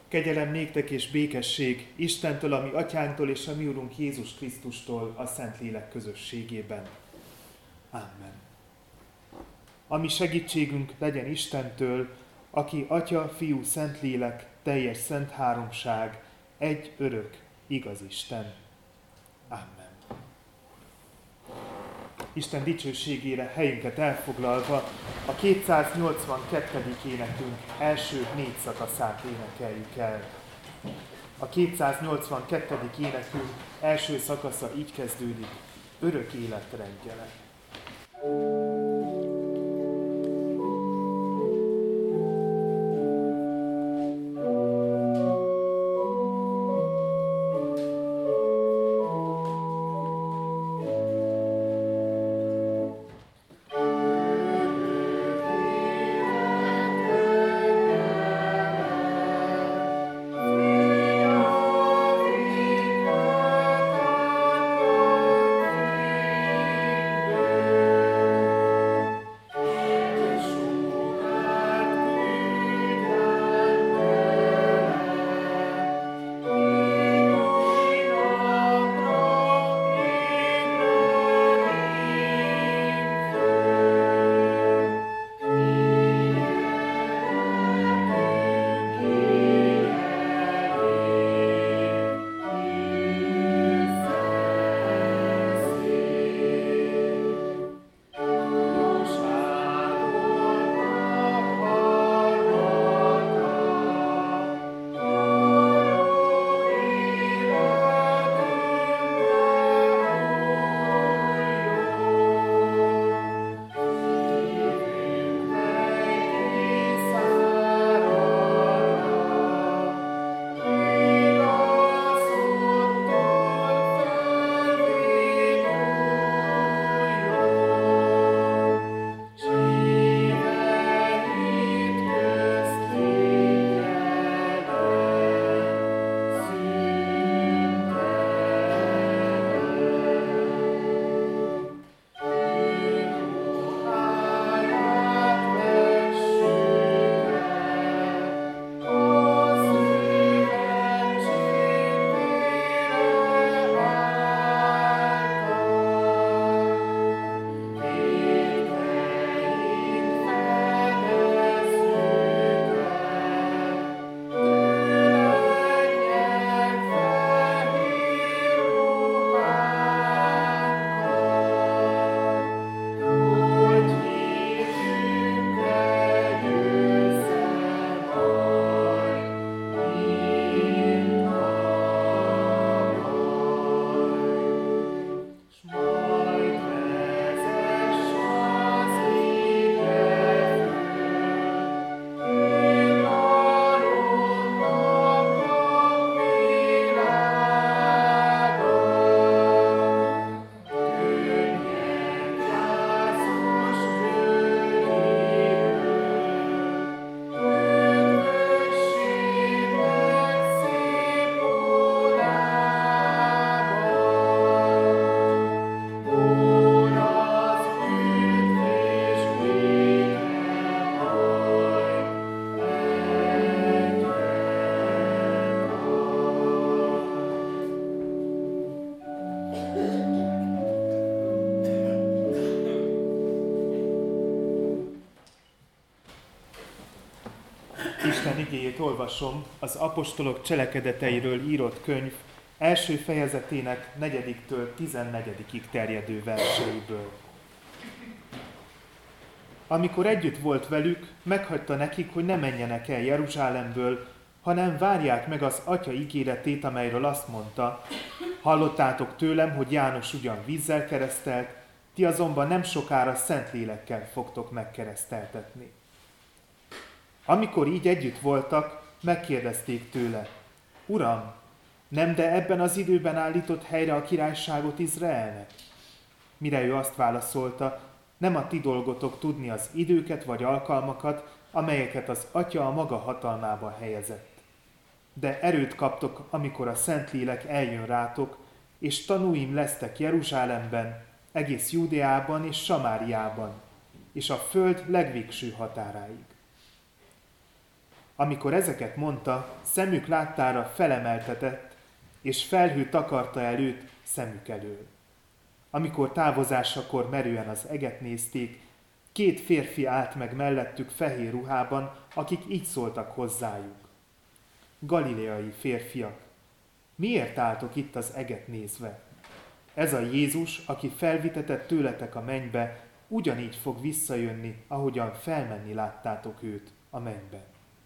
Kegyelem néktek és békesség Istentől, a mi atyánktól és a mi Urunk Jézus Krisztustól a Szentlélek közösségében. Amen. A mi segítségünk legyen Istentől, aki Atya, Fiú, Szentlélek, teljes szent háromság, egy örök, igaz Isten. Amen. Isten dicsőségére helyünket elfoglalva a 282. énekünk első 4 szakaszát énekeljük el. A 282. énekünk első szakasza így kezdődik: Örök élet reggele. Isten igéjét olvasom az apostolok cselekedeteiről írott könyv első fejezetének 4-től 14-ig terjedő verseiből. Amikor együtt volt velük, meghagyta nekik, hogy ne menjenek el Jeruzsálemből, hanem várják meg az Atya ígéretét, amelyről azt mondta: hallottátok tőlem, hogy János ugyan vízzel keresztelt, ti azonban nem sokára Szentlélekkel fogtok megkereszteltetni. Amikor így együtt voltak, megkérdezték tőle: Uram, nem de ebben az időben állított helyre a királyságot Izraelnek? Mire ő azt válaszolta: nem a ti dolgotok tudni az időket vagy alkalmakat, amelyeket az Atya a maga hatalmába helyezett. De erőt kaptok, amikor a Szentlélek eljön rátok, és tanúim lesztek Jeruzsálemben, egész Júdeában és Samáriában, és a föld legvégső határáig. Amikor ezeket mondta, szemük láttára felemeltetett, és felhő takarta el őt szemük elől. Amikor távozásakor merően az eget nézték, 2 férfi állt meg mellettük fehér ruhában, akik így szóltak hozzájuk. Galileai férfiak, miért álltok itt az eget nézve? Ez a Jézus, aki felvitetett tőletek a mennybe, ugyanígy fog visszajönni, ahogyan felmenni láttátok őt a mennybe.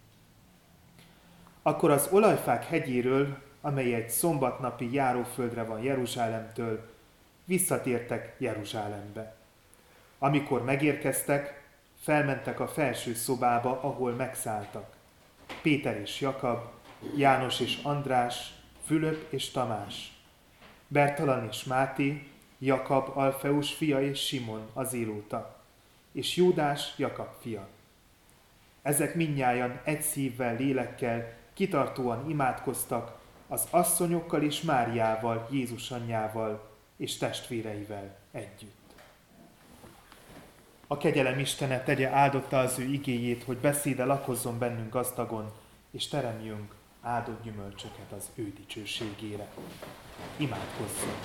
Akkor az Olajfák hegyéről, amely egy szombatnapi járóföldre van Jeruzsálemtől, visszatértek Jeruzsálembe. Amikor megérkeztek, felmentek a felső szobába, ahol megszálltak. Péter és Jakab, János és András, Fülöp és Tamás, Bertalan és Máté, Jakab Alfeus fia és Simon az Zélóta, és Júdás Jakab fia. Ezek mindnyájan egy szívvel, lélekkel, kitartóan imádkoztak az asszonyokkal és Máriával, Jézus anyjával és testvéreivel együtt. A kegyelem Istene tegye áldotta az ő igéjét, hogy beszéde lakozzon bennünk gazdagon, és teremjünk áldott gyümölcsöket az ő dicsőségére. Imádkozzunk!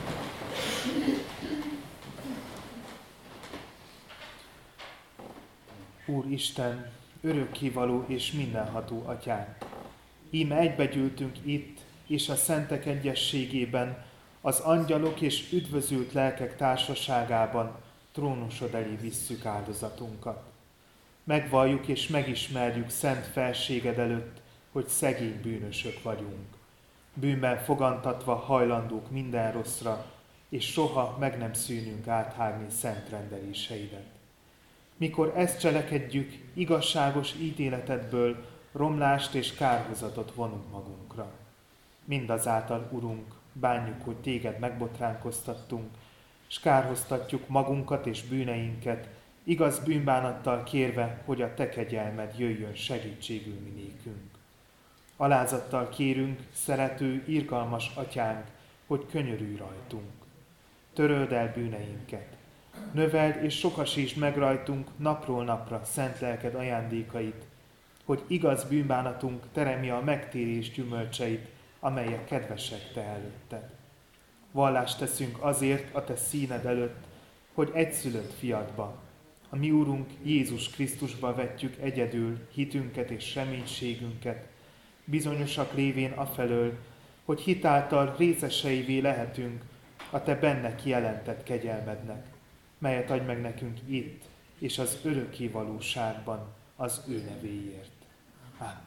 Úr Isten, örökkévaló és mindenható Atyánk, íme egybegyűltünk itt, és a szentek egyességében, az angyalok és üdvözült lelkek társaságában trónusod elé visszük áldozatunkat. Megvalljuk és megismerjük szent felséged előtt, hogy szegény bűnösök vagyunk. Bűnben fogantatva hajlandók minden rosszra, és soha meg nem szűnünk áthágni szent rendeléseidet. Mikor ezt cselekedjük, igazságos ítéletedből romlást és kárhozatot vonunk magunkra. Mindazáltal, Urunk, bánjuk, hogy téged megbotránkoztattunk, s kárhoztatjuk magunkat és bűneinket, igaz bűnbánattal kérve, hogy a te kegyelmed jöjjön segítségül mi nékünk. Alázattal kérünk, szerető, irgalmas Atyánk, hogy könyörülj rajtunk. Töröld el bűneinket. Növeld és sokasítsd meg rajtunk napról napra szent lelked ajándékait, hogy igaz bűnbánatunk teremje a megtérés gyümölcseit, amelyek kedvesek te előtted. Vallást teszünk azért a te színed előtt, hogy egyszülött fiadba, a mi Úrunk Jézus Krisztusba vetjük egyedül hitünket és reménységünket, bizonyosak lévén afelől, hogy hitáltal részeseivé lehetünk a te benne kijelentett kegyelmednek, melyet adj meg nekünk itt és az örökké valóságban az ő nevéért. Amen.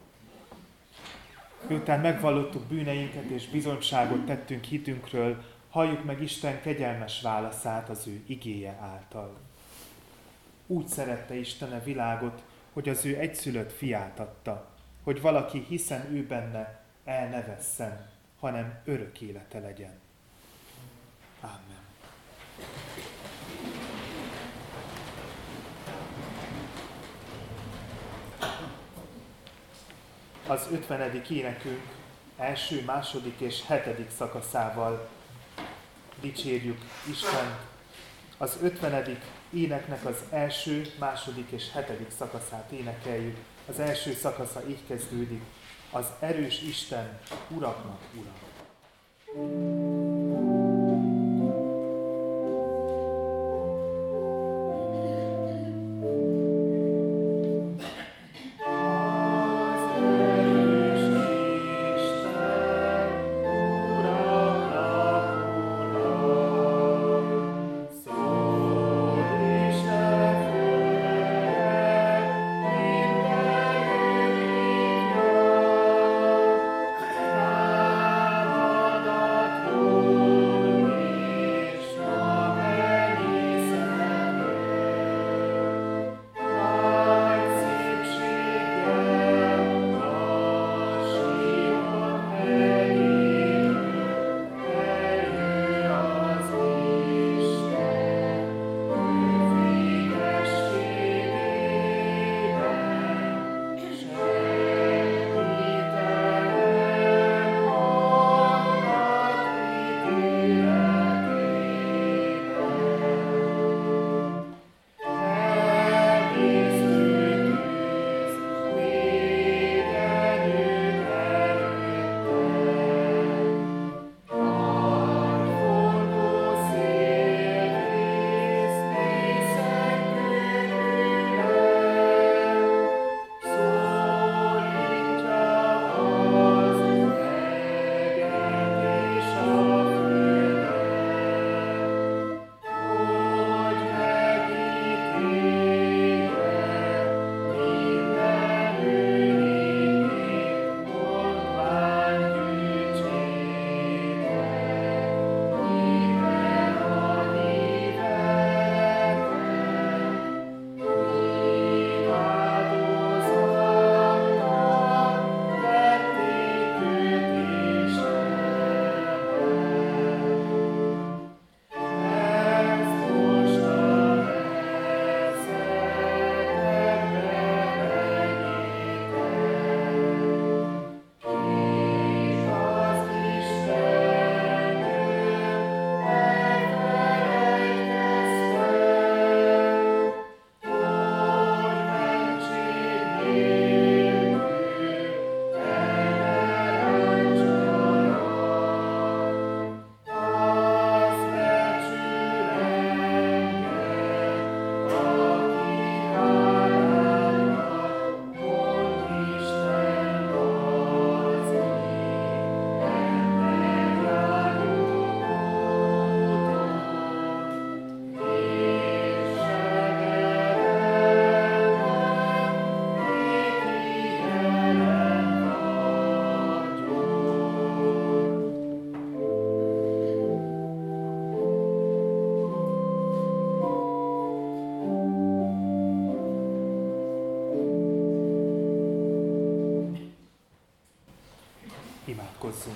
Miután megvallottuk bűneinket és bizonyságot tettünk hitünkről, halljuk meg Isten kegyelmes válaszát az ő igéje által. Úgy szerette Isten a világot, hogy az ő egyszülött fiát adta, hogy valaki, hiszen ő benne, el ne vesszen, hanem örök élete legyen. Amen. Az 50. énekünk első, második és 7. szakaszával dicsérjük Istent. Az 50. éneknek az első, második és 7. szakaszát énekeljük. Az első szakasza így kezdődik: az erős Isten uraknak ura. Imádkozzunk!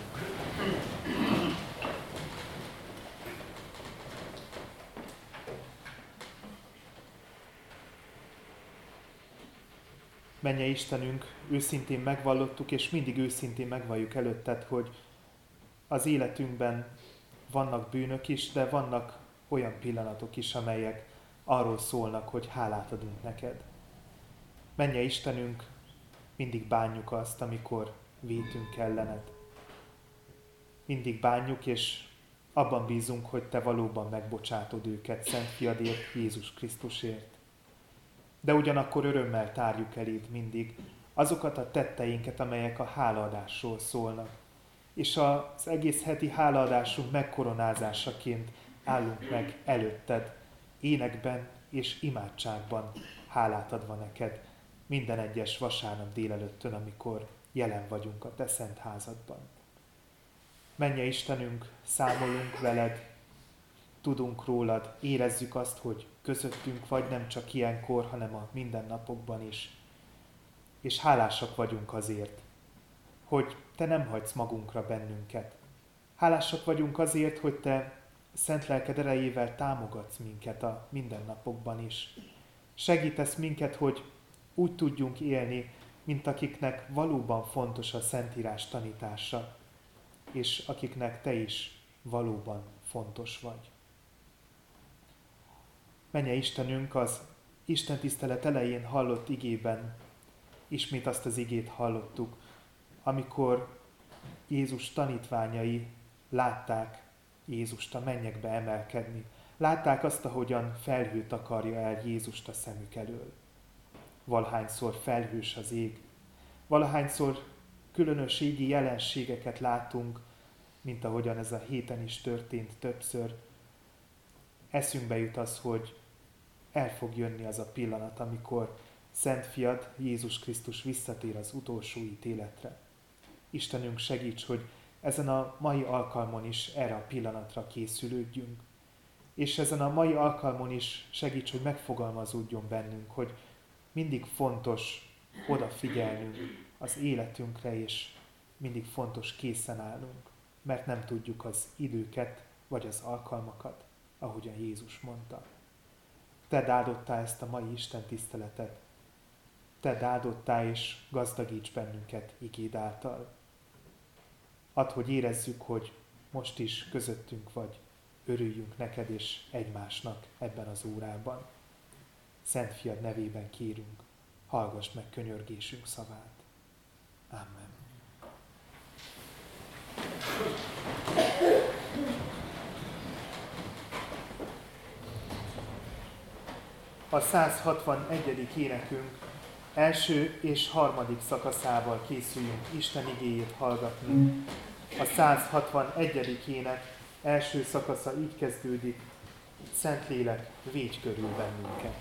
Mennyei Istenünk, őszintén megvallottuk, és mindig őszintén megvalljuk előtted, hogy az életünkben vannak bűnök is, de vannak olyan pillanatok is, amelyek arról szólnak, hogy hálát adunk neked. Mennyei Istenünk, mindig bánjuk azt, amikor vétünk ellened. Mindig bánjuk, és abban bízunk, hogy te valóban megbocsátod őket Szent Fiadért, Jézus Krisztusért. De ugyanakkor örömmel tárjuk eléd mindig azokat a tetteinket, amelyek a hálaadásról szólnak. És az egész heti hálaadásunk megkoronázásaként állunk meg előtted, énekben és imádságban hálát adva neked minden egyes vasárnap délelőttön, amikor jelen vagyunk a te szent házadban. Mennyei Istenünk, számolunk veled, tudunk rólad, érezzük azt, hogy közöttünk vagy nem csak ilyenkor, hanem a mindennapokban is. És hálásak vagyunk azért, hogy te nem hagysz magunkra bennünket. Hálásak vagyunk azért, hogy te szent lelked erejével támogatsz minket a mindennapokban is. Segítesz minket, hogy úgy tudjunk élni, mint akiknek valóban fontos a Szentírás tanítása, és akiknek te is valóban fontos vagy. Mennyei Istenünk, az Isten tisztelet elején hallott igében ismét azt az igét hallottuk, amikor Jézus tanítványai látták Jézust a mennyekbe emelkedni. Látták azt, ahogyan felhő takarja el Jézust a szemük elől. Valahányszor felhős az ég, valahányszor különös égi jelenségeket látunk, mint ahogyan ez a héten is történt többször. Eszünkbe jut az, hogy el fog jönni az a pillanat, amikor Szent Fiad, Jézus Krisztus visszatér az utolsó ítéletre. Istenünk, segíts, hogy ezen a mai alkalmon is erre a pillanatra készülődjünk. És ezen a mai alkalmon is segíts, hogy megfogalmazódjon bennünk, hogy mindig fontos odafigyelnünk az életünkre, és mindig fontos készen állnunk, mert nem tudjuk az időket vagy az alkalmakat, ahogyan Jézus mondta. Te áldottál ezt a mai Isten tiszteletet. Te áldottál és gazdagíts bennünket igéd által. Add, hogy érezzük, hogy most is közöttünk vagy, örüljünk neked és egymásnak ebben az órában. Szent Fiad nevében kérünk, hallgass meg könyörgésünk szavát. Amen. A 161. énekünk első és harmadik szakaszával készüljünk Isten igéjét hallgatni. A 161. ének első szakasza így kezdődik: Szentlélek, védj körül bennünket.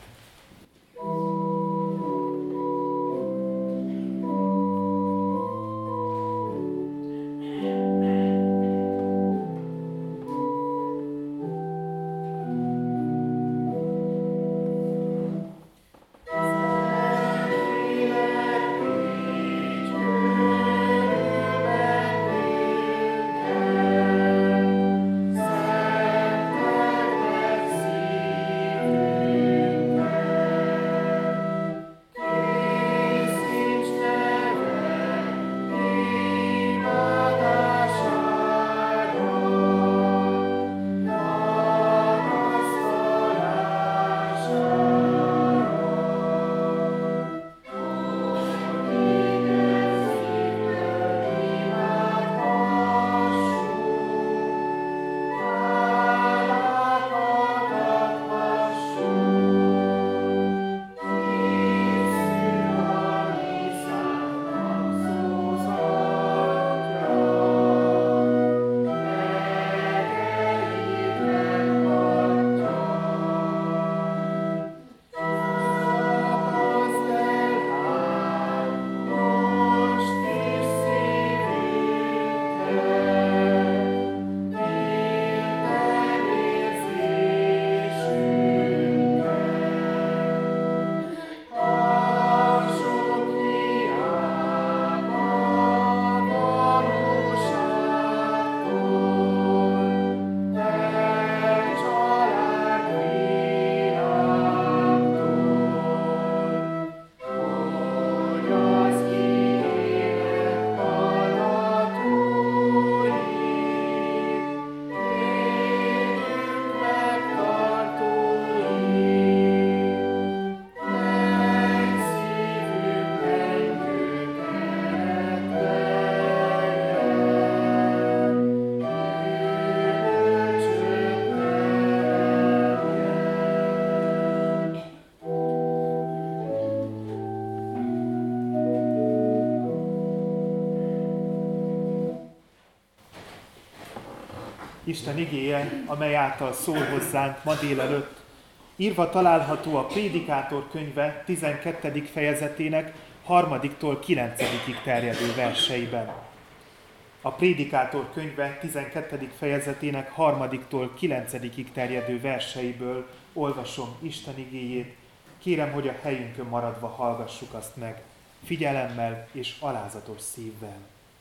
Isten igéje, amely által szól hozzánk ma délelőtt, írva található a Prédikátor könyve 12. fejezetének 3-tól 9-ig terjedő verseiben. A Prédikátor könyve 12. fejezetének 3-tól 9-ig terjedő verseiből olvasom Isten igéjét. Kérem, hogy a helyünkön maradva hallgassuk azt meg, figyelemmel és alázatos szívvel.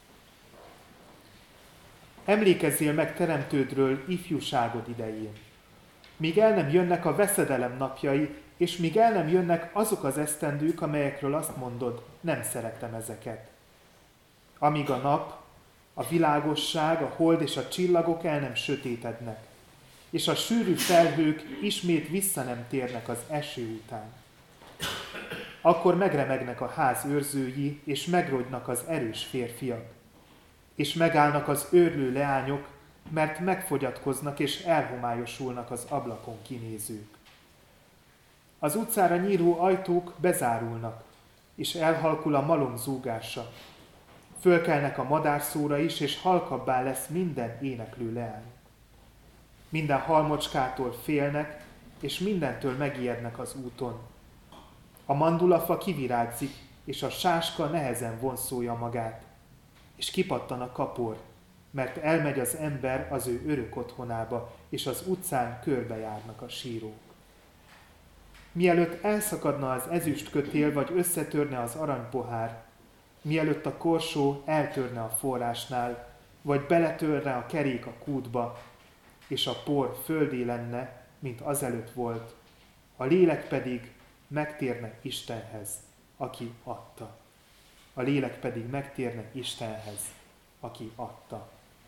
Emlékezzél meg teremtődről ifjúságod idején, míg el nem jönnek a veszedelem napjai, és míg el nem jönnek azok az esztendők, amelyekről azt mondod, nem szeretem ezeket. Amíg a nap, a világosság, a hold és a csillagok el nem sötétednek, és a sűrű felhők ismét vissza nem térnek az eső után. Akkor megremegnek a ház őrzői, és megrogynak az erős férfiak, és megállnak az őrlő leányok, mert megfogyatkoznak és elhomályosulnak az ablakon kinézők. Az utcára nyíró ajtók bezárulnak, és elhalkul a malom zúgása. Fölkelnek a madárszóra is, és halkabbá lesz minden éneklő leány. Minden halmocskától félnek, és mindentől megijednek az úton. A mandulafa kivirágzik, és a sáska nehezen vonszolja magát, és kipattan a kapor, mert elmegy az ember az ő örök otthonába, és az utcán körbejárnak a sírók. Mielőtt elszakadna az ezüstkötél, vagy összetörne az aranypohár, mielőtt a korsó eltörne a forrásnál, vagy beletörne a kerék a kútba, és a por földé lenne, mint azelőtt volt, a lélek pedig megtérne Istenhez, aki adta. A lélek pedig megtérne Istenhez, aki adta.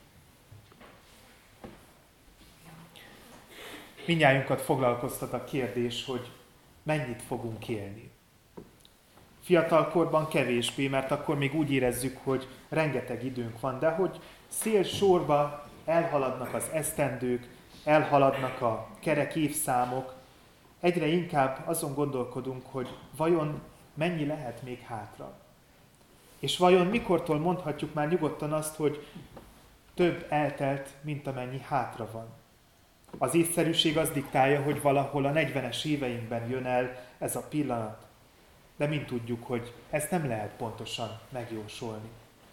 Mindnyájunkat foglalkoztat a kérdés, hogy mennyit fogunk élni. Fiatalkorban kevésbé, mert akkor még úgy érezzük, hogy rengeteg időnk van, de hogy szél sorba elhaladnak az esztendők, elhaladnak a kerek évszámok, egyre inkább azon gondolkodunk, hogy vajon mennyi lehet még hátra. És vajon mikortól mondhatjuk már nyugodtan azt, hogy több eltelt, mint amennyi hátra van. Az észszerűség az diktálja, hogy valahol a 40-es éveinkben jön el ez a pillanat. De mind tudjuk, hogy ezt nem lehet pontosan megjósolni.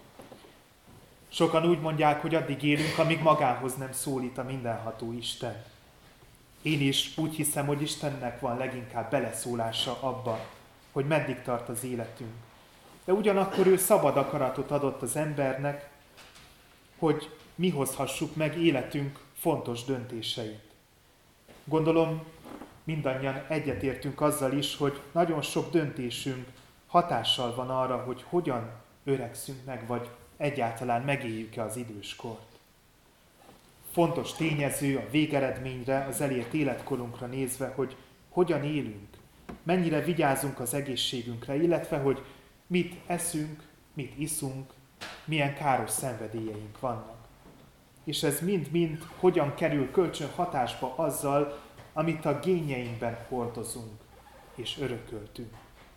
Sokan úgy mondják, hogy addig élünk, amíg magához nem szólít a mindenható Isten. Én is úgy hiszem, hogy Istennek van leginkább beleszólása abba, hogy meddig tart az életünk. De ugyanakkor ő szabad akaratot adott az embernek, hogy mi hozhassuk meg életünk fontos döntéseit. Gondolom, mindannyian egyetértünk azzal is, hogy nagyon sok döntésünk hatással van arra, hogy hogyan öregszünk meg, vagy egyáltalán megéljük-e az időskort. Fontos tényező a végeredményre, az elért életkorunkra nézve, hogy hogyan élünk, mennyire vigyázunk az egészségünkre, illetve hogy mit eszünk, mit iszunk, milyen káros szenvedélyeink vannak. És ez mind-mind hogyan kerül kölcsön hatásba azzal, amit a génjeinkben hordozunk és örököltünk.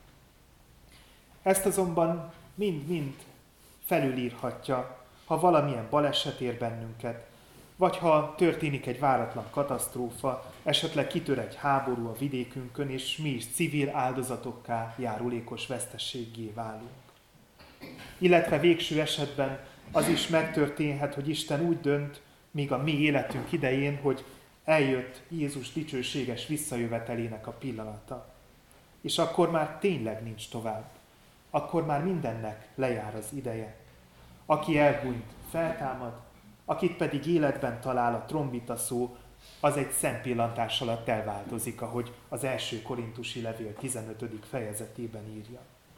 Ezt azonban mind-mind felülírhatja, ha valamilyen baleset ér bennünket, vagy ha történik egy váratlan katasztrófa, esetleg kitör egy háború a vidékünkön, és mi is civil áldozatokká, járulékos veszteséggé válunk. Illetve végső esetben az is megtörténhet, hogy Isten úgy dönt, míg a mi életünk idején, hogy eljött Jézus dicsőséges visszajövetelének a pillanata. És akkor már tényleg nincs tovább. Akkor már mindennek lejár az ideje. Aki elhunyt, feltámad, akit pedig életben talál a trombita szó, az egy szempillantás alatt elváltozik, ahogy az első korintusi levél 15. fejezetében írja.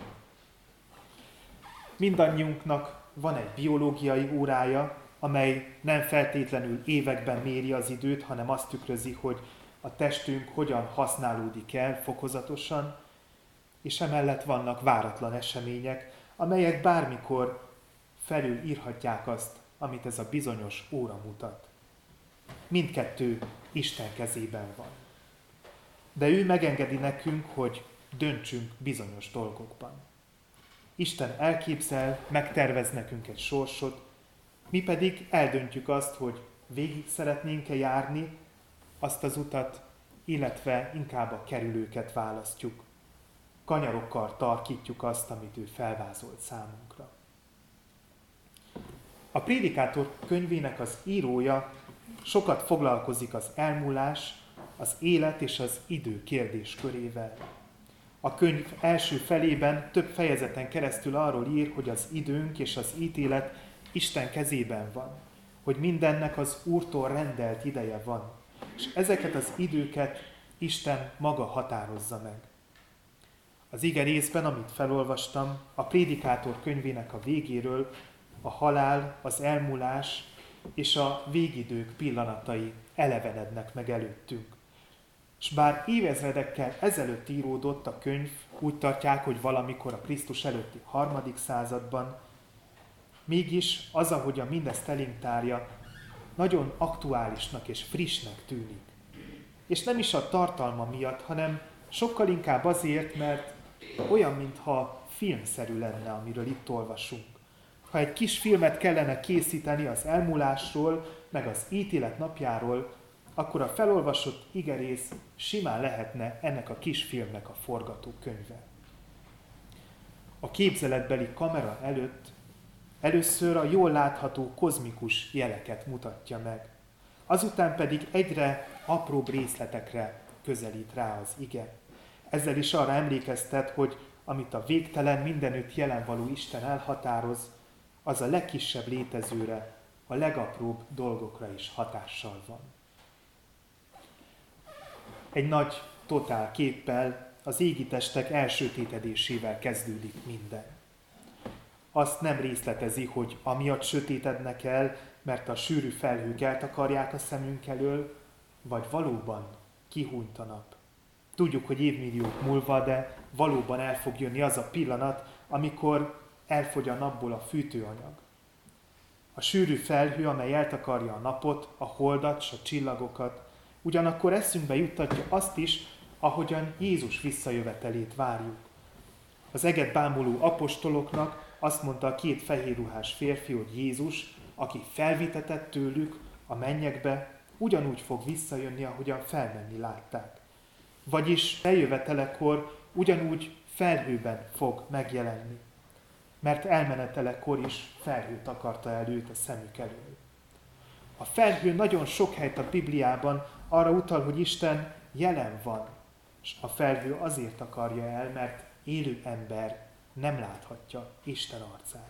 Mindannyiunknak van egy biológiai órája, amely nem feltétlenül években méri az időt, hanem azt tükrözi, hogy a testünk hogyan használódik el fokozatosan, és emellett vannak váratlan események, amelyek bármikor felülírhatják azt, amit ez a bizonyos óra mutat. Mindkettő Isten kezében van. De ő megengedi nekünk, hogy döntsünk bizonyos dolgokban. Isten elképzel, megtervez nekünk egy sorsot, mi pedig eldöntjük azt, hogy Végig szeretnénk-e járni azt az utat, illetve inkább a kerülőket választjuk. Kanyarokkal tarkítjuk azt, amit ő felvázolt számunkra. A Prédikátor könyvének az írója sokat foglalkozik az elmúlás, az élet és az idő kérdéskörével. A könyv első felében több fejezeten keresztül arról ír, hogy az időnk és az ítélet Isten kezében van, hogy mindennek az Úrtól rendelt ideje van, és ezeket az időket Isten maga határozza meg. Az ige részben, amit felolvastam, a Prédikátor könyvének a végéről a halál, az elmúlás és a végidők pillanatai elevenednek meg előttünk. És bár évezredekkel ezelőtt íródott a könyv, úgy tartják, hogy valamikor a Krisztus előtti 3. században, mégis az, ahogyan mindezt elénk tárja, nagyon aktuálisnak és frissnek tűnik. És nem is a tartalma miatt, hanem sokkal inkább azért, mert olyan, mintha filmszerű lenne, amiről itt olvasunk. Ha egy kis filmet kellene készíteni az elmúlásról, meg az ítélet napjáról, akkor a felolvasott igerész simán lehetne ennek a kis filmnek a forgatókönyve. A képzeletbeli kamera előtt először a jól látható kozmikus jeleket mutatja meg. Azután pedig egyre apróbb részletekre közelít rá az ige. Ezzel is arra emlékeztet, hogy amit a végtelen, mindenütt jelenvaló Isten elhatároz, az a legkisebb létezőre, a legapróbb dolgokra is hatással van. Egy nagy totál képpel, az égi testek elsötétedésével kezdődik minden. Azt nem részletezi, hogy amiatt sötétednek el, mert a sűrű felhők eltakarják a szemünk elől, vagy valóban kihúnyt a nap. Tudjuk, hogy évmilliók múlva, de valóban el fog jönni az a pillanat, amikor elfogy a napból a fűtőanyag. A sűrű felhő, amely eltakarja a napot, a holdat és a csillagokat, ugyanakkor eszünkbe juttatja azt is, ahogyan Jézus visszajövetelét várjuk. Az eget bámuló apostoloknak azt mondta a 2 fehérruhás férfi, hogy Jézus, aki felvitetett tőlük a mennyekbe, ugyanúgy fog visszajönni, ahogyan felmenni látták. Vagyis eljövetelekor ugyanúgy felhőben fog megjelenni, mert elmenetelekor is felhőt akarta el őt a szemük elől. A felhő nagyon sok helyt a Bibliában arra utal, hogy Isten jelen van, és a felhő azért akarja el, mert élő ember nem láthatja Isten arcát.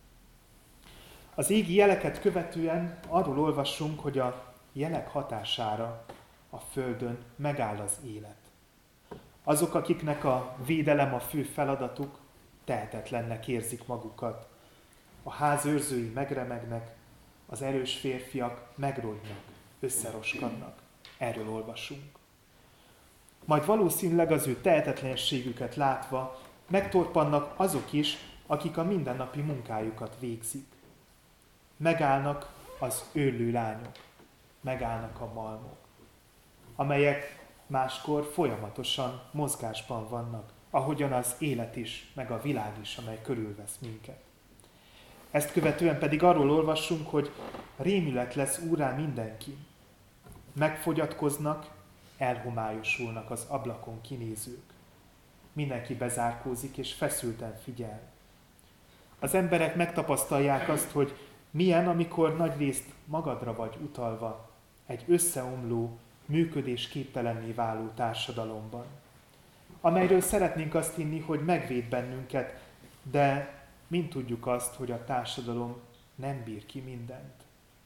Az égi jeleket követően arról olvassunk, hogy a jelek hatására a földön megáll az élet. Azok, akiknek a védelem a fő feladatuk, tehetetlennek érzik magukat. A ház őrzői megremegnek, az erős férfiak megrogynak, összeroskadnak. Erről olvasunk. Majd valószínűleg az ő tehetetlenségüket látva megtorpannak azok is, akik a mindennapi munkájukat végzik. Megállnak az őrlő lányok, megállnak a malmok, amelyek máskor folyamatosan mozgásban vannak, ahogyan az élet is, meg a világ is, amely körülvesz minket. Ezt követően pedig arról olvassunk, hogy rémület lesz úrrá mindenki. Megfogyatkoznak, elhomályosulnak az ablakon kinézők. Mindenki bezárkózik és feszülten figyel. Az emberek megtapasztalják azt, hogy milyen, amikor nagyrészt magadra vagy utalva egy összeomló, működésképtelenné váló társadalomban, amelyről szeretnénk azt hinni, hogy megvéd bennünket, de mind tudjuk azt, hogy a társadalom nem bír ki mindent.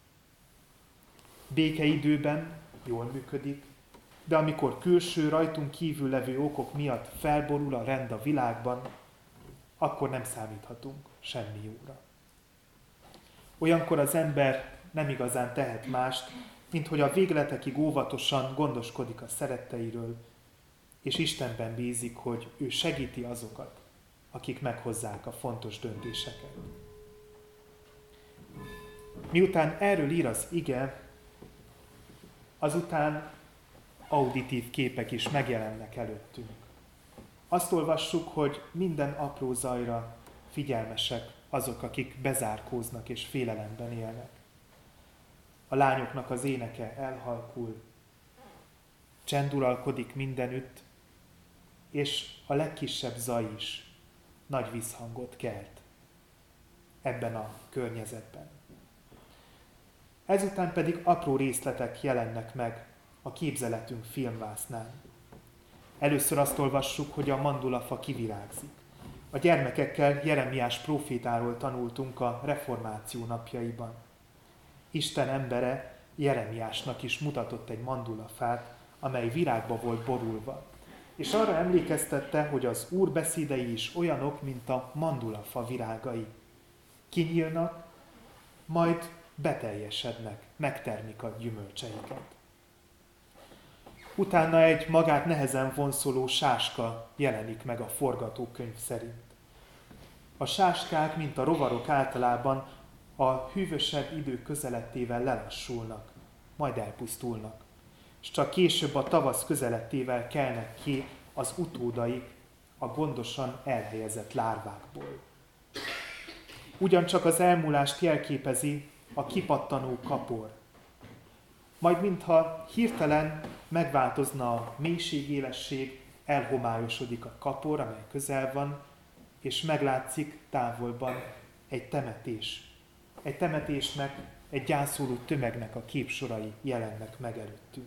Békeidőben jól működik, de amikor külső, rajtunk kívül levő okok miatt felborul a rend a világban, akkor nem számíthatunk semmi jóra. Olyankor az ember nem igazán tehet mást, mint hogy a végletekig óvatosan gondoskodik a szeretteiről, és Istenben bízik, hogy ő segíti azokat, akik meghozzák a fontos döntéseket. Miután erről ír az ige, azután auditív képek is megjelennek előttünk. Azt olvassuk, hogy minden apró zajra figyelmesek azok, akik bezárkóznak és félelemben élnek. a lányoknak az éneke elhalkul, csend uralkodik mindenütt, és a legkisebb zaj is nagy visszhangot kelt ebben a környezetben. Ezután pedig apró részletek jelennek meg a képzeletünk filmvásznán. Először azt olvassuk, hogy a mandulafa kivirágzik. A gyermekekkel Jeremiás prófétáról tanultunk a reformáció napjaiban. Isten embere Jeremiásnak is mutatott egy mandulafát, amely virágba volt borulva. És arra emlékeztette, hogy az Úr beszédei is olyanok, mint a mandulafa virágai. Kinyílnak, majd beteljesednek, megtermik a gyümölcseiket. Utána egy magát nehezen vonszoló sáska jelenik meg a forgatókönyv szerint. A sáskák, mint a rovarok általában a hűvösebb idő közelettével lelassulnak, majd elpusztulnak, és csak később a tavasz közelettével kelnek ki az utódaik a gondosan elhelyezett lárvákból. Ugyancsak az elmúlást jelképezi a kipattanó kapor. Majd mintha hirtelen megváltozna a mélység-élesség, elhomályosodik a kapor, amely közel van, és meglátszik távolban egy temetés. Egy temetésnek, egy gyászoló tömegnek a képsorai jelennek meg előttünk.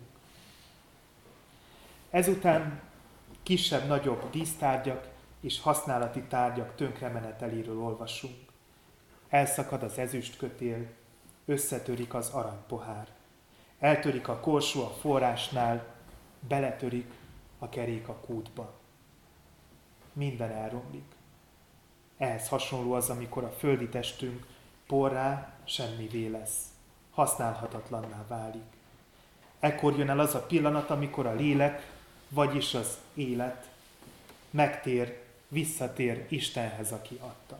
Ezután kisebb-nagyobb dísztárgyak és használati tárgyak tönkremeneteléről olvasunk. Elszakad az ezüstkötél, összetörik az aranypohár. Eltörik a korsó a forrásnál, beletörik a kerék a kútba. Minden elromlik. Ehhez hasonló az, amikor a földi testünk porrá semmivé lesz, használhatatlanná válik. Ekkor jön el az a pillanat, amikor a lélek, vagyis az élet megtér, visszatér Istenhez, aki adta.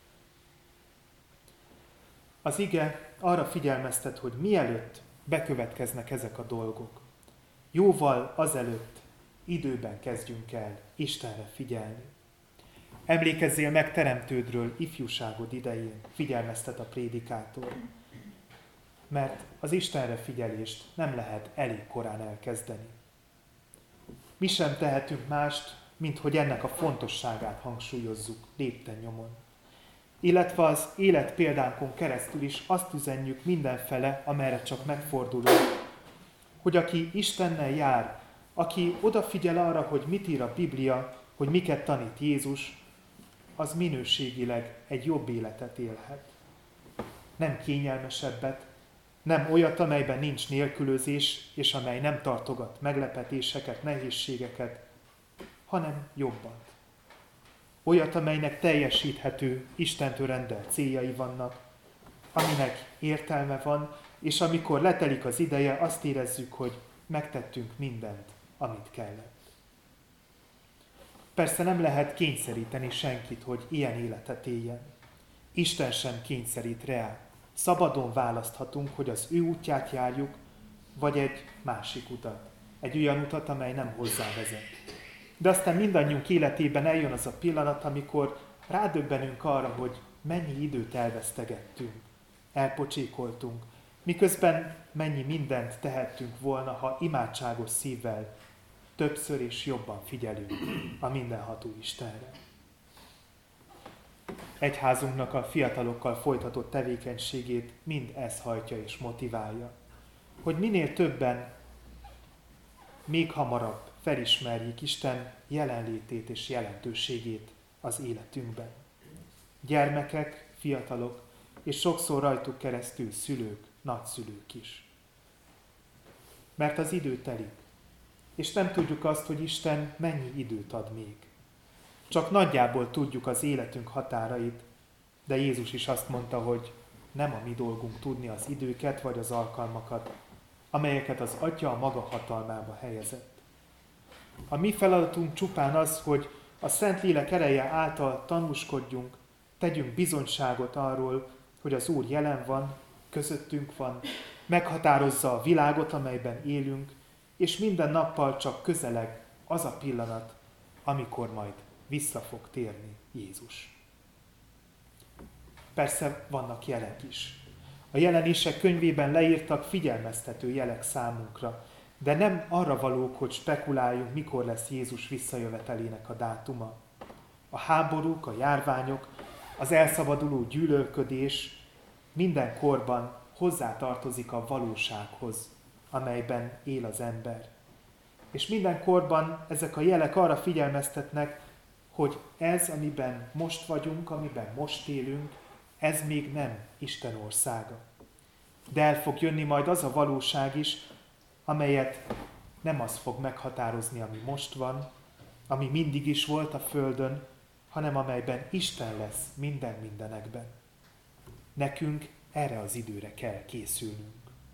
Az ige arra figyelmeztet, hogy mielőtt bekövetkeznek ezek a dolgok, jóval azelőtt időben kezdjünk el Istenre figyelni. Emlékezzél meg teremtődről ifjúságod idején, figyelmeztet a prédikátor. Mert az Istenre figyelést nem lehet elég korán elkezdeni. Mi sem tehetünk mást, mint hogy ennek a fontosságát hangsúlyozzuk lépten nyomon. Illetve az élet példánkon keresztül is azt üzenjük mindenfele, amerre csak megfordulunk, hogy aki Istennel jár, aki odafigyel arra, hogy mit ír a Biblia, hogy miket tanít Jézus, az minőségileg egy jobb életet élhet. Nem kényelmesebbet, nem olyat, amelyben nincs nélkülözés, és amely nem tartogat meglepetéseket, nehézségeket, hanem jobbat. Olyat, amelynek teljesíthető, Istentől rendelt céljai vannak, aminek értelme van, és amikor letelik az ideje, azt érezzük, hogy megtettünk mindent, amit kellett. Persze nem lehet kényszeríteni senkit, hogy ilyen életet éljen. Isten sem kényszerít rá. Szabadon választhatunk, hogy az ő útját járjuk, vagy egy másik utat. Egy olyan utat, amely nem hozzá vezet. De aztán mindannyiunk életében eljön az a pillanat, amikor rádöbbenünk arra, hogy mennyi időt elvesztegettünk, elpocsékoltunk, miközben mennyi mindent tehettünk volna, ha imádságos szívvel többször és jobban figyelünk a mindenható Istenre. Egyházunknak a fiatalokkal folytatott tevékenységét mind ez hajtja és motiválja, hogy minél többen, még hamarabb felismerjék Isten jelenlétét és jelentőségét az életünkben. Gyermekek, fiatalok, és sokszor rajtuk keresztül szülők, nagyszülők is. Mert az idő telik, és nem tudjuk azt, hogy Isten mennyi időt ad még. Csak nagyjából tudjuk az életünk határait, de Jézus is azt mondta, hogy nem a mi dolgunk tudni az időket vagy az alkalmakat, amelyeket az Atya a maga hatalmába helyezett. A mi feladatunk csupán az, hogy a Szentlélek ereje által tanúskodjunk, tegyünk bizonyságot arról, hogy az Úr jelen van, közöttünk van, meghatározza a világot, amelyben élünk, és minden nappal csak közeleg az a pillanat, amikor majd vissza fog térni Jézus. Persze vannak jelek is. A jelenések könyvében leírtak figyelmeztető jelek számunkra, de nem arra valók, hogy spekuláljunk, mikor lesz Jézus visszajövetelének a dátuma. A háborúk, a járványok, az elszabaduló gyűlölködés minden korban hozzátartozik a valósághoz, amelyben él az ember. És minden korban ezek a jelek arra figyelmeztetnek, hogy ez, amiben most vagyunk, amiben most élünk, ez még nem Isten országa. De el fog jönni majd az a valóság is, amelyet nem az fog meghatározni, ami most van, ami mindig is volt a földön, hanem amelyben Isten lesz minden mindenekben. Nekünk erre az időre kell készülnünk.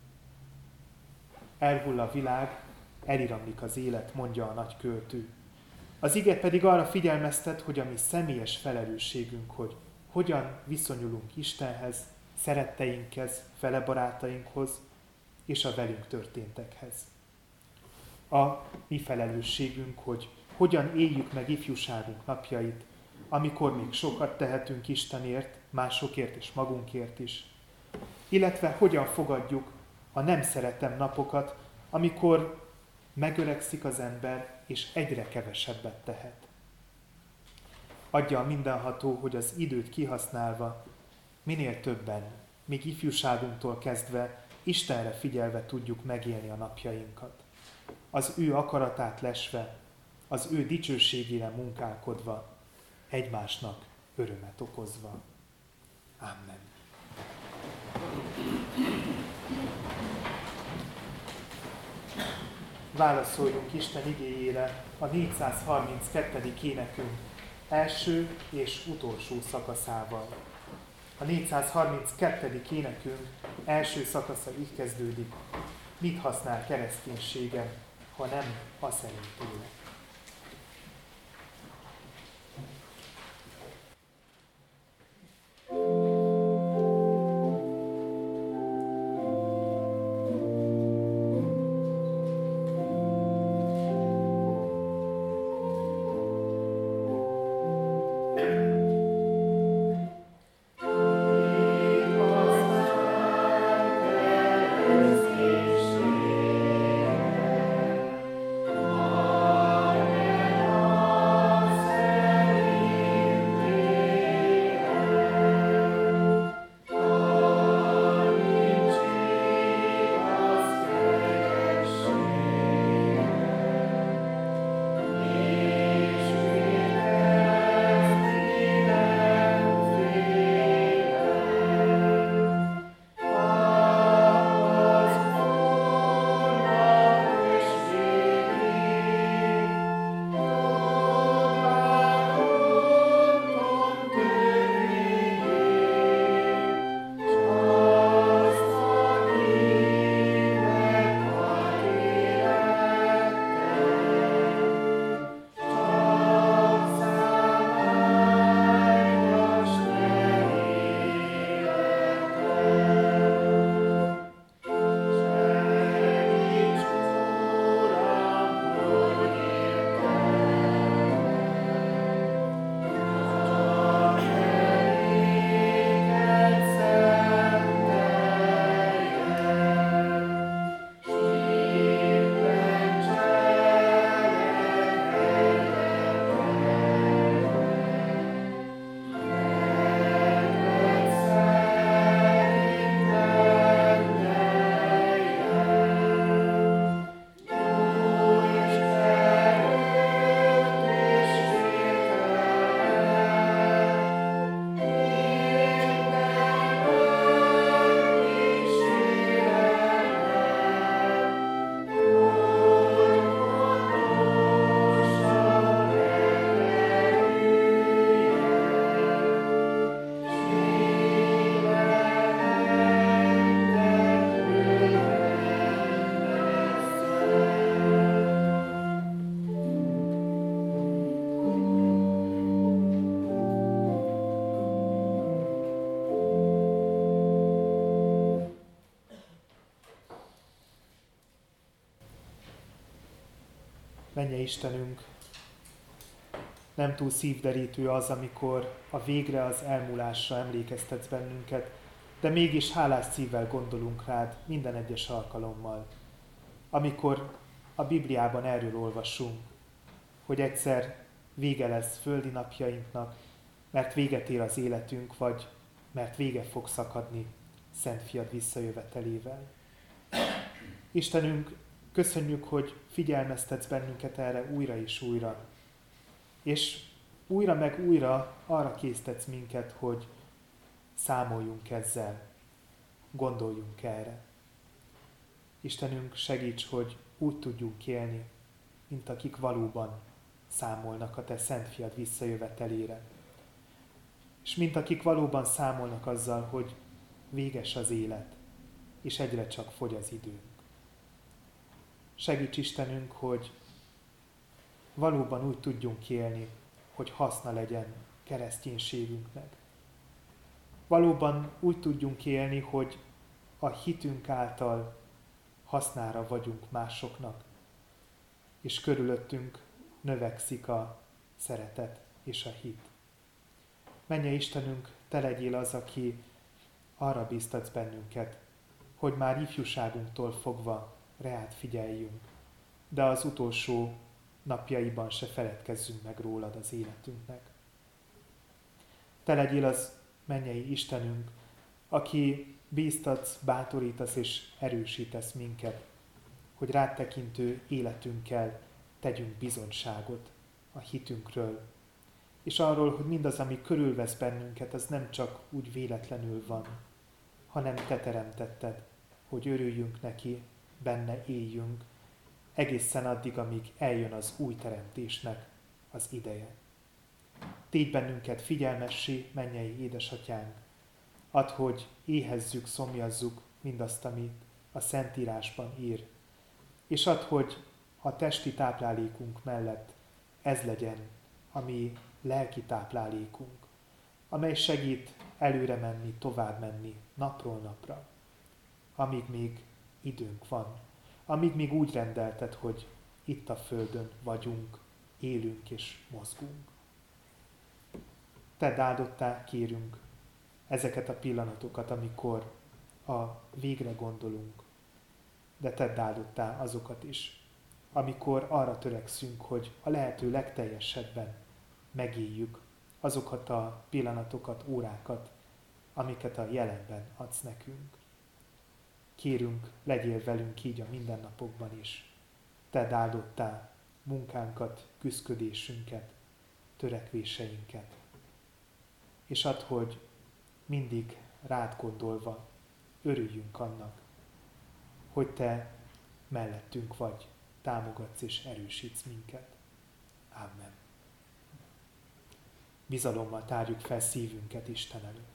Elhull a világ, eliramlik az élet, mondja a nagy költő. Az ige pedig arra figyelmeztet, hogy a mi személyes felelősségünk, hogy hogyan viszonyulunk Istenhez, szeretteinkhez, felebarátainkhoz és a velünk történtekhez. A mi felelősségünk, hogy hogyan éljük meg ifjúságunk napjait, amikor még sokat tehetünk Istenért, másokért és magunkért is, illetve hogyan fogadjuk a nem szeretem napokat, amikor megöregszik az ember, és egyre kevesebbet tehet. Adja a mindenható, hogy az időt kihasználva minél többen, még ifjúságunktól kezdve, Istenre figyelve tudjuk megélni a napjainkat. Az ő akaratát lesve, az ő dicsőségére munkálkodva, egymásnak örömet okozva. Amen. Válaszoljunk Isten igéjére a 432. énekünk első és utolsó szakaszával. A 432. énekünk első szakasza így kezdődik. Mit használ kereszténységem, ha nem a szerint élek? Mennyei Istenünk, nem túl szívderítő az, amikor a végre, az elmúlásra emlékeztetsz bennünket, de mégis hálás szívvel gondolunk rád minden egyes alkalommal, amikor a Bibliában erről olvasunk, hogy egyszer vége lesz földi napjainknak, mert véget ér az életünk, vagy mert vége fog szakadni Szent Fiad visszajövetelével. Istenünk, köszönjük, hogy figyelmeztetsz bennünket erre újra és újra, és újra meg újra arra késztetsz minket, hogy számoljunk ezzel, gondoljunk erre. Istenünk, segíts, hogy úgy tudjunk élni, mint akik valóban számolnak a te Szent Fiad visszajövetelére. És mint akik valóban számolnak azzal, hogy véges az élet, és egyre csak fogy az időnk. Segíts Istenünk, hogy valóban úgy tudjunk élni, hogy haszna legyen kereszténységünknek. Valóban úgy tudjunk élni, hogy a hitünk által hasznára vagyunk másoknak, és körülöttünk növekszik a szeretet és a hit. Mennyei Istenünk, te legyél az, aki arra bíztatsz bennünket, hogy már ifjúságunktól fogva reád figyeljünk, de az utolsó napjaiban se feledkezzünk meg rólad az életünknek. Te legyél az, mennyei Istenünk, aki bíztatsz, bátorítasz és erősítesz minket, hogy rád tekintő életünkkel tegyünk bizonyságot a hitünkről, és arról, hogy mindaz, ami körülvesz bennünket, az nem csak úgy véletlenül van, hanem te teremtetted, hogy örüljünk neki, benne éljünk, egészen addig, amíg eljön az új teremtésnek az ideje. Tégy bennünket figyelmessé, mennyei édesatyánk, add, hogy éhezzük, szomjazzuk mindazt, amit a Szentírásban ír, és add, hogy a testi táplálékunk mellett ez legyen a mi lelki táplálékunk, amely segít előre menni, tovább menni, napról napra, amíg még időnk van, amíg még úgy rendelted, hogy itt a földön vagyunk, élünk és mozgunk. Tedd áldottá, kérünk, ezeket a pillanatokat, amikor a végre gondolunk, de tedd áldottá azokat is, amikor arra törekszünk, hogy a lehető legteljesebben megéljük azokat a pillanatokat, órákat, amiket a jelenben adsz nekünk. Kérünk, legyél velünk így a mindennapokban is. Tedd áldottá munkánkat, küszködésünket, törekvéseinket. És add, hogy mindig rád gondolva örüljünk annak, hogy te mellettünk vagy, támogatsz és erősítsz minket. Amen. Bizalommal tárjuk fel szívünket Isten előtt.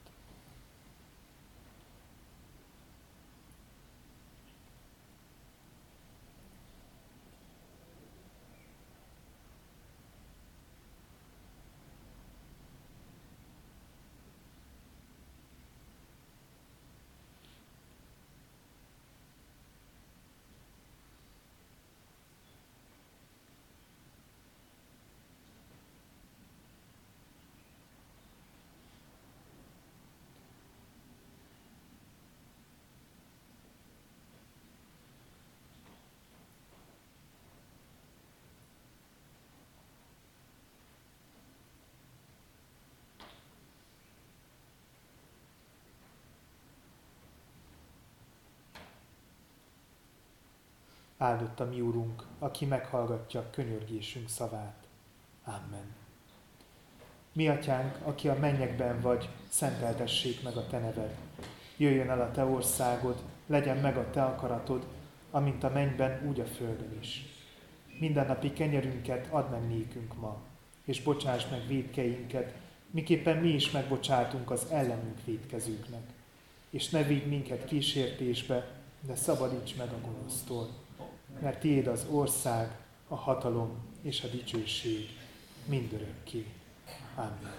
Áldott a mi Urunk, aki meghallgatja könyörgésünk szavát. Amen. Mi Atyánk, aki a mennyekben vagy, szenteltessék meg a te neved. Jöjjön el a te országod, legyen meg a te akaratod, amint a mennyben, úgy a földön is. Mindennapi kenyerünket add meg nékünk ma, és bocsáss meg vétkeinket, miképpen mi is megbocsátunk az ellenünk vétkezőknek. És ne vigy minket kísértésbe, de szabadíts meg a gonosztól. Mert tiéd az ország, a hatalom és a dicsőség mindörökké. Amen.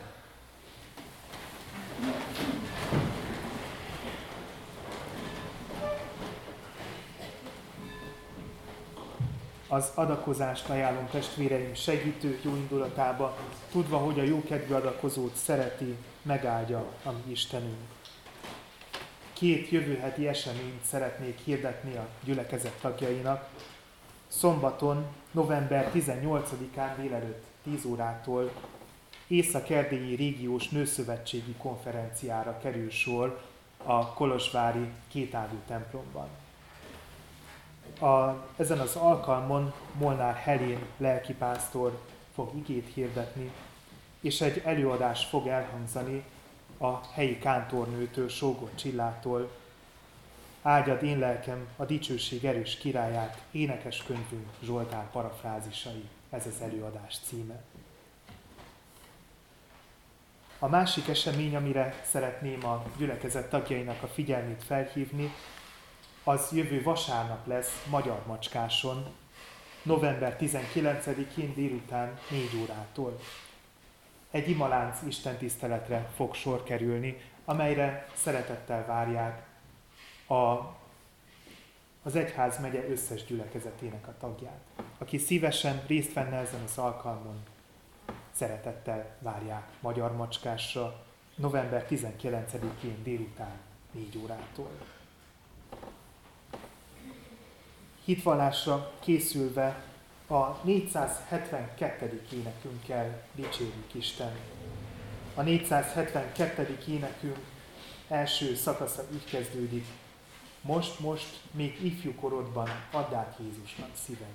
Az adakozást ajánlom testvéreim segítő jó indulatába, tudva, hogy a jókedvű adakozót szereti, megáldja a mi Istenünk. 2 jövő heti eseményt szeretnék hirdetni a gyülekezet tagjainak. Szombaton, november 18-án délelőtt 10 órától Észak-Erdélyi Régiós Nőszövetségi Konferenciára kerül sor a kolozsvári Kétágú templomban. Ezen az alkalmon Molnár Helén lelkipásztor fog igét hirdetni, és egy előadás fog elhangzani a helyi kántornőtől, Sógor Csillától. Áldjad én lelkem a dicsőség erős királyát, énekeskönyvünk Zsoltár parafrázisai, ez az előadás címe. A másik esemény, amire szeretném a gyülekezet tagjainak a figyelmét felhívni, az jövő vasárnap lesz Magyarmacskáson, november 19-én délután 4 órától. Egy imalánc istentiszteletre fog sor kerülni, amelyre szeretettel várják az egyházmegye összes gyülekezetének a tagját. Aki szívesen részt venne ezen az alkalmon, szeretettel várják Magyarmacskásra, november 19-én délután 4 órától. Hitvallásra készülve a 472. énekünkkel dicsérjük Isten. A 472. énekünk első szakasza így kezdődik. Most, még ifjú korodban add át Jézusnak szíved.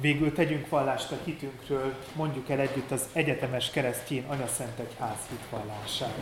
Végül tegyünk vallást a hitünkről, mondjuk el együtt az egyetemes keresztény anyaszentegyház hitvallását.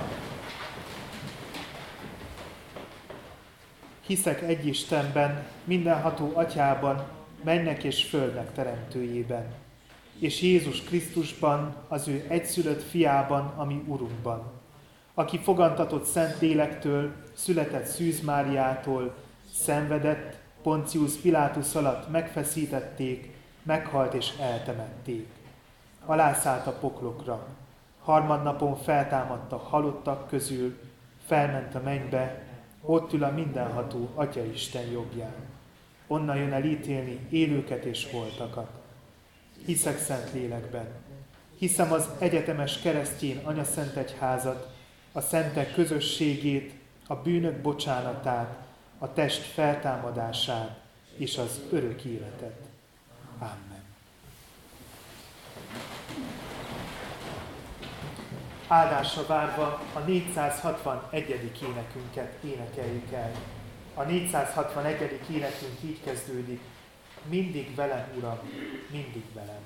Hiszek egy Istenben, mindenható Atyában, mennek és földnek teremtőjében, és Jézus Krisztusban, az ő egyszülött fiában, ami Urunkban, aki fogantatott Szent Lélektől, született Szűz Máriától, szenvedett, Poncius Pilátus alatt megfeszítették, meghalt és eltemették. Alászállt a poklokra, harmadnapon feltámadt a halottak közül, felment a mennybe, ott ül a mindenható Atyaisten jobbján. Onnan jön el ítélni élőket és holtakat. Hiszek Szent Lélekben. Hiszem az egyetemes keresztény anyaszentegyházat, a szentek közösségét, a bűnök bocsánatát, a test feltámadását és az örök életet. Amen. Áldásra várva a 461. énekünket énekeljük el. A 461. énekünk így kezdődik: mindig velem, Uram, mindig velem.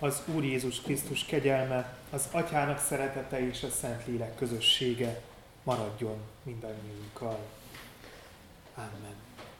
az Úr Jézus Krisztus kegyelme, az Atyának szeretete és a Szentlélek közössége maradjon mindannyiunkkal. Amen.